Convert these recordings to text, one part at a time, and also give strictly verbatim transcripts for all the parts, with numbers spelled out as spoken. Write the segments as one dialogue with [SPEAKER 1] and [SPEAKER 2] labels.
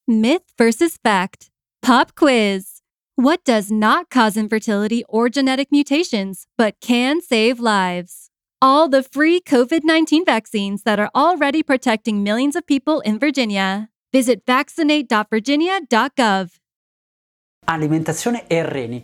[SPEAKER 1] Myth versus fact. Pop quiz. What does not cause infertility or genetic mutations, but can save lives? All the free COVID nineteen vaccines that are already protecting millions of people in Virginia. Visit vaccinate dot virginia dot gov.
[SPEAKER 2] Alimentazione e reni.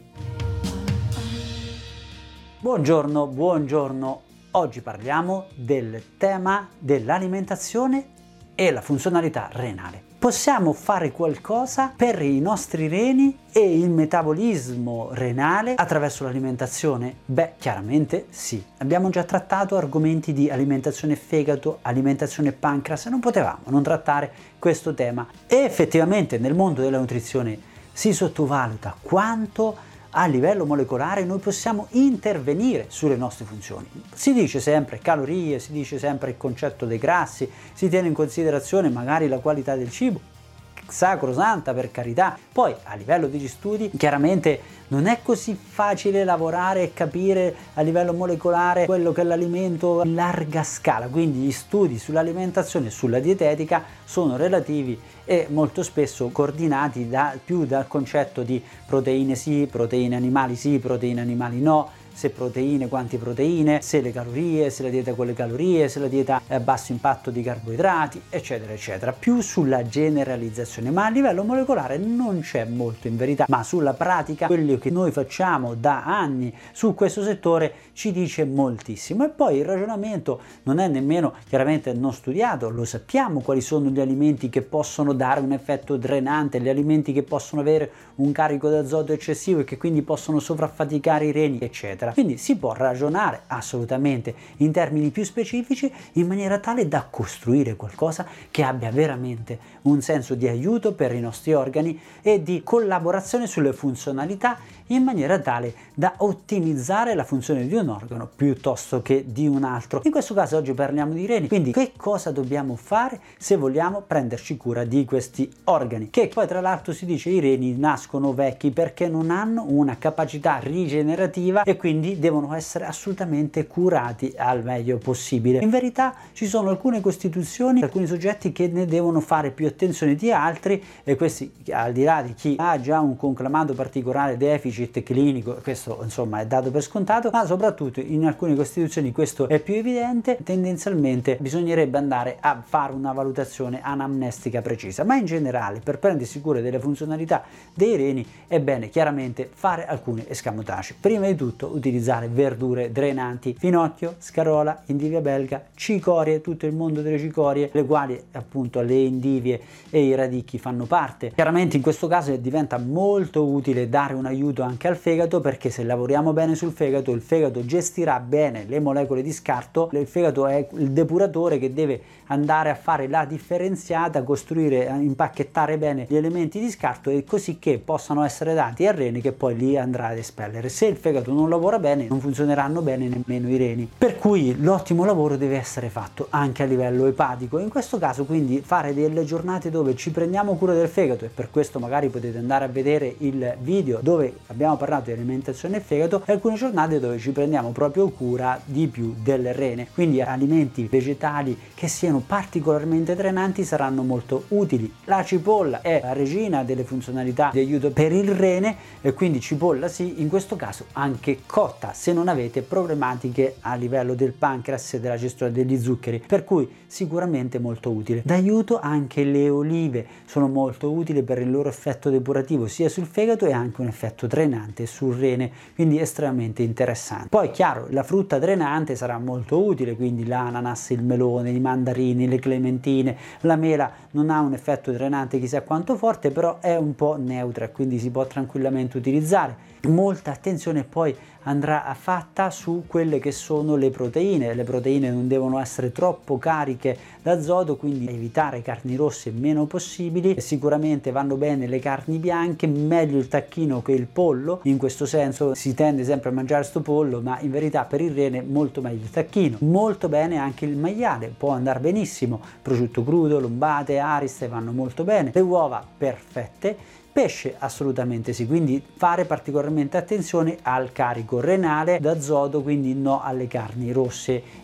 [SPEAKER 2] Buongiorno, buongiorno. Oggi parliamo del tema dell'alimentazione e la funzionalità renale. Possiamo fare qualcosa per i nostri reni e il metabolismo renale attraverso l'alimentazione? Beh, chiaramente sì. Abbiamo già trattato argomenti di alimentazione fegato, alimentazione pancreas, non potevamo non trattare questo tema. E effettivamente nel mondo della nutrizione si sottovaluta quanto a livello molecolare noi possiamo intervenire sulle nostre funzioni. Si dice sempre calorie, si dice sempre il concetto dei grassi, si tiene in considerazione magari la qualità del cibo, sacrosanta per carità. Poi a livello degli studi chiaramente non è così facile lavorare e capire a livello molecolare quello che è l'alimento in larga scala, quindi gli studi sull'alimentazione e sulla dietetica sono relativi e molto spesso coordinati da, più dal concetto di proteine sì, proteine animali sì, proteine animali no, se proteine, quanti proteine, se le calorie, se la dieta con le calorie, se la dieta a basso impatto di carboidrati, eccetera, eccetera. Più sulla generalizzazione, ma a livello molecolare non c'è molto in verità, ma sulla pratica, quello che noi facciamo da anni su questo settore ci dice moltissimo. E poi il ragionamento non è nemmeno chiaramente non studiato, lo sappiamo quali sono gli alimenti che possono dare un effetto drenante, gli alimenti che possono avere un carico d'azoto eccessivo e che quindi possono sovraffaticare i reni, eccetera. Quindi si può ragionare assolutamente in termini più specifici in maniera tale da costruire qualcosa che abbia veramente un senso di aiuto per i nostri organi e di collaborazione sulle funzionalità in maniera tale da ottimizzare la funzione di un organo piuttosto che di un altro. In questo caso oggi parliamo di reni, quindi che cosa dobbiamo fare se vogliamo prenderci cura di questi organi, che poi tra l'altro si dice i reni nascono vecchi perché non hanno una capacità rigenerativa e quindi devono essere assolutamente curati al meglio possibile. In verità ci sono alcune costituzioni, alcuni soggetti che ne devono fare più attenzione di altri e questi al di là di chi ha già un conclamato particolare deficit clinico, questo insomma è dato per scontato, ma soprattutto in alcune costituzioni questo è più evidente. Tendenzialmente bisognerebbe andare a fare una valutazione anamnestica precisa, ma in generale per prendersi cura delle funzionalità dei reni è bene chiaramente fare alcuni escamotage. Prima di tutto utilizzare verdure drenanti, finocchio, scarola, indivia belga, cicorie, tutto il mondo delle cicorie, le quali appunto le indivie e i radicchi fanno parte. Chiaramente in questo caso diventa molto utile dare un aiuto anche al fegato, perché se lavoriamo bene sul fegato, il fegato gestirà bene le molecole di scarto. Il fegato è il depuratore che deve andare a fare la differenziata, costruire, impacchettare bene gli elementi di scarto e così che possano essere dati al rene che poi li andrà ad espellere. Se il fegato non lavora bene non funzioneranno bene nemmeno i reni, per cui l'ottimo lavoro deve essere fatto anche a livello epatico. In questo caso quindi fare delle giornate dove ci prendiamo cura del fegato, e per questo magari potete andare a vedere il video dove abbiamo parlato di alimentazione e fegato, e alcune giornate dove ci prendiamo proprio cura di più del rene, quindi alimenti vegetali che siano particolarmente drenanti saranno molto utili. La cipolla è la regina delle funzionalità di aiuto per il rene e quindi cipolla sì, in questo caso anche cotta se non avete problematiche a livello del pancreas e della gestione degli zuccheri, per cui sicuramente molto utile. D'aiuto anche le olive sono molto utili per il loro effetto depurativo sia sul fegato e anche un effetto drenante sul rene, quindi estremamente interessante. Poi chiaro, la frutta drenante sarà molto utile, quindi l'ananas, il melone, i mandarini, le clementine, la mela non ha un effetto drenante chissà quanto forte, però è un po' neutra, quindi si può tranquillamente utilizzare. Molta attenzione poi andrà fatta su quelle che sono le proteine. Le proteine non devono essere troppo cariche d'azoto, quindi evitare carni rosse il meno possibili. Sicuramente vanno bene le carni bianche, meglio il tacchino che il pollo. In questo senso si tende sempre a mangiare sto pollo, ma in verità per il rene molto meglio il tacchino. Molto bene anche il maiale, può andare benissimo. Prosciutto crudo, lombate, ariste vanno molto bene. Le uova perfette. Pesce assolutamente sì, quindi fare particolarmente attenzione al carico renale d'azoto, quindi no alle carni rosse, e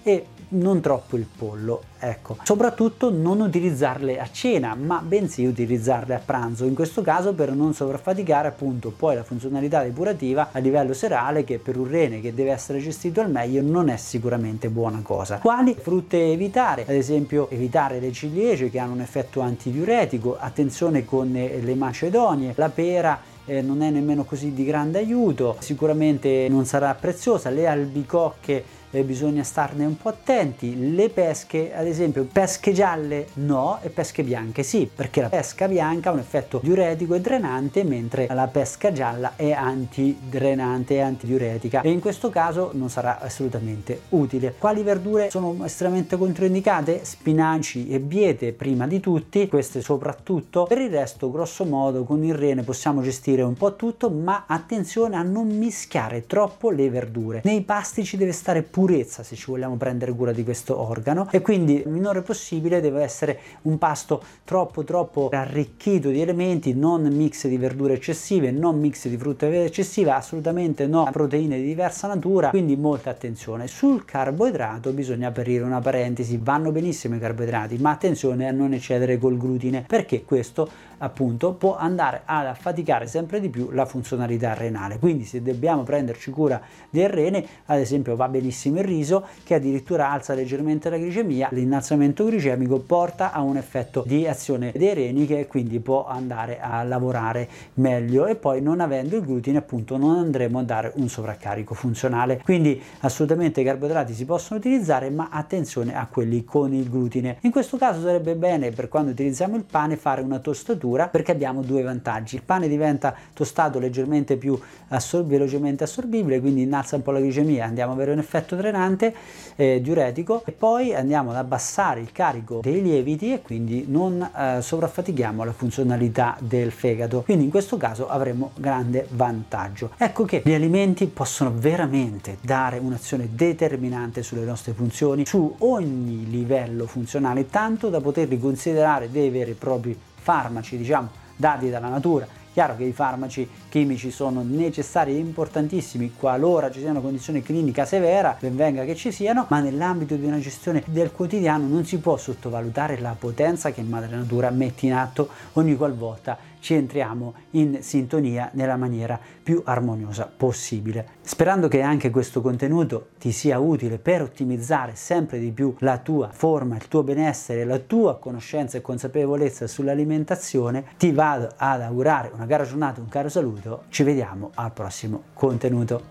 [SPEAKER 2] non troppo il pollo, ecco. Soprattutto non utilizzarle a cena, ma bensì utilizzarle a pranzo, in questo caso per non sovraffaticare appunto poi la funzionalità depurativa a livello serale, che per un rene che deve essere gestito al meglio non è sicuramente buona cosa. Quali frutte evitare? Ad esempio evitare le ciliegie, che hanno un effetto antidiuretico, attenzione con le macedonie, la pera Eh, non è nemmeno così di grande aiuto, sicuramente non sarà preziosa, le albicocche eh, bisogna starne un po' attenti, le pesche, ad esempio pesche gialle no e pesche bianche sì, perché la pesca bianca ha un effetto diuretico e drenante, mentre la pesca gialla è antidrenante e antidiuretica, e in questo caso non sarà assolutamente utile. Quali verdure sono estremamente controindicate? Spinaci e biete prima di tutti, queste soprattutto. Per il resto, grosso modo, con il rene possiamo gestire un po' tutto, ma attenzione a non mischiare troppo le verdure. Nei pasti ci deve stare purezza se ci vogliamo prendere cura di questo organo, e quindi il minore possibile deve essere un pasto troppo troppo arricchito di elementi, non mix di verdure eccessive, non mix di frutta eccessiva, assolutamente no proteine di diversa natura, quindi molta attenzione. Sul carboidrato bisogna aprire una parentesi, vanno benissimo i carboidrati, ma attenzione a non eccedere col glutine, perché questo appunto può andare ad affaticare sempre di più la funzionalità renale. Quindi se dobbiamo prenderci cura del rene, ad esempio va benissimo il riso, che addirittura alza leggermente la glicemia. L'innalzamento glicemico porta a un effetto di azione dei reni, che quindi può andare a lavorare meglio, e poi non avendo il glutine appunto non andremo a dare un sovraccarico funzionale. Quindi assolutamente i carboidrati si possono utilizzare, ma attenzione a quelli con il glutine. In questo caso sarebbe bene, per quando utilizziamo il pane, fare una tostatura, perché abbiamo due vantaggi: il pane diventa tostato leggermente più assor- velocemente assorbibile, quindi innalza un po' la glicemia, andiamo ad avere un effetto drenante, eh, diuretico, e poi andiamo ad abbassare il carico dei lieviti e quindi non eh, sovraffatichiamo la funzionalità del fegato, quindi in questo caso avremo grande vantaggio. Ecco che gli alimenti possono veramente dare un'azione determinante sulle nostre funzioni, su ogni livello funzionale, tanto da poterli considerare dei veri e propri farmaci, diciamo, dati dalla natura. Chiaro che i farmaci chimici sono necessari e importantissimi qualora ci sia una condizione clinica severa, ben venga che ci siano, ma nell'ambito di una gestione del quotidiano non si può sottovalutare la potenza che madre natura mette in atto ogni qualvolta ci entriamo in sintonia nella maniera più armoniosa possibile. Sperando che anche questo contenuto ti sia utile per ottimizzare sempre di più la tua forma, il tuo benessere, la tua conoscenza e consapevolezza sull'alimentazione, ti vado ad augurare una cara giornata, un caro saluto. Ci vediamo al prossimo contenuto.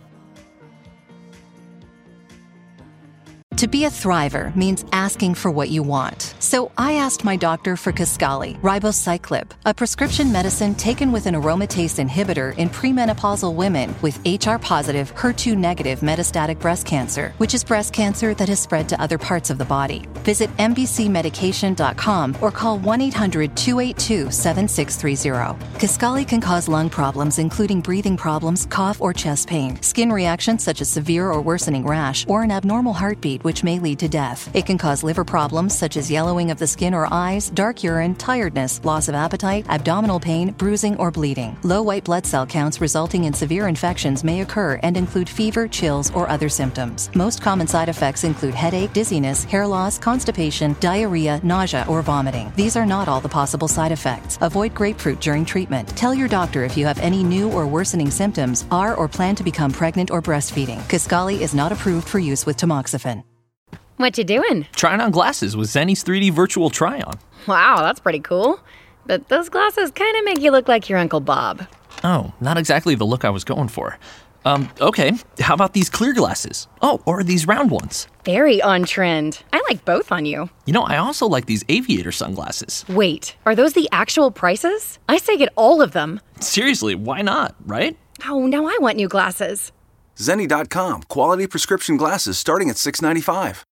[SPEAKER 3] To be a thriver means asking for what you want. So I asked my doctor for Kisqali, ribociclib, a prescription medicine taken with an aromatase inhibitor in premenopausal women with H R-positive, H E R two negative metastatic breast cancer, which is breast cancer that has spread to other parts of the body. Visit m b c medication dot com or call one eight hundred two eight two seven six three zero. Kisqali can cause lung problems including breathing problems, cough, or chest pain, skin reactions such as severe or worsening rash, or an abnormal heartbeat, which may lead to death. It can cause liver problems such as yellowing of the skin or eyes, dark urine, tiredness, loss of appetite, abdominal pain, bruising, or bleeding. Low white blood cell counts resulting in severe infections may occur and include fever, chills, or other symptoms. Most common side effects include headache, dizziness, hair loss, constipation, diarrhea, nausea, or vomiting. These are not all the possible side effects. Avoid grapefruit during treatment. Tell your doctor if you have any new or worsening symptoms, are or plan to become pregnant or breastfeeding. Kisqali is not approved for use with tamoxifen.
[SPEAKER 4] What you doing?
[SPEAKER 5] Trying on glasses with Zenny's three D virtual try-on.
[SPEAKER 4] Wow, that's pretty cool. But those glasses kind of make you look like your Uncle Bob.
[SPEAKER 5] Oh, not exactly the look I was going for. Um, okay, how about these clear glasses? Oh, or these round ones.
[SPEAKER 4] Very on trend. I like both on you.
[SPEAKER 5] You know, I also like these aviator sunglasses.
[SPEAKER 4] Wait, are those the actual prices? I say get all of them.
[SPEAKER 5] Seriously, why not, right?
[SPEAKER 4] Oh, now I want new glasses.
[SPEAKER 6] Zenni dot com. Quality prescription glasses starting at six ninety-five.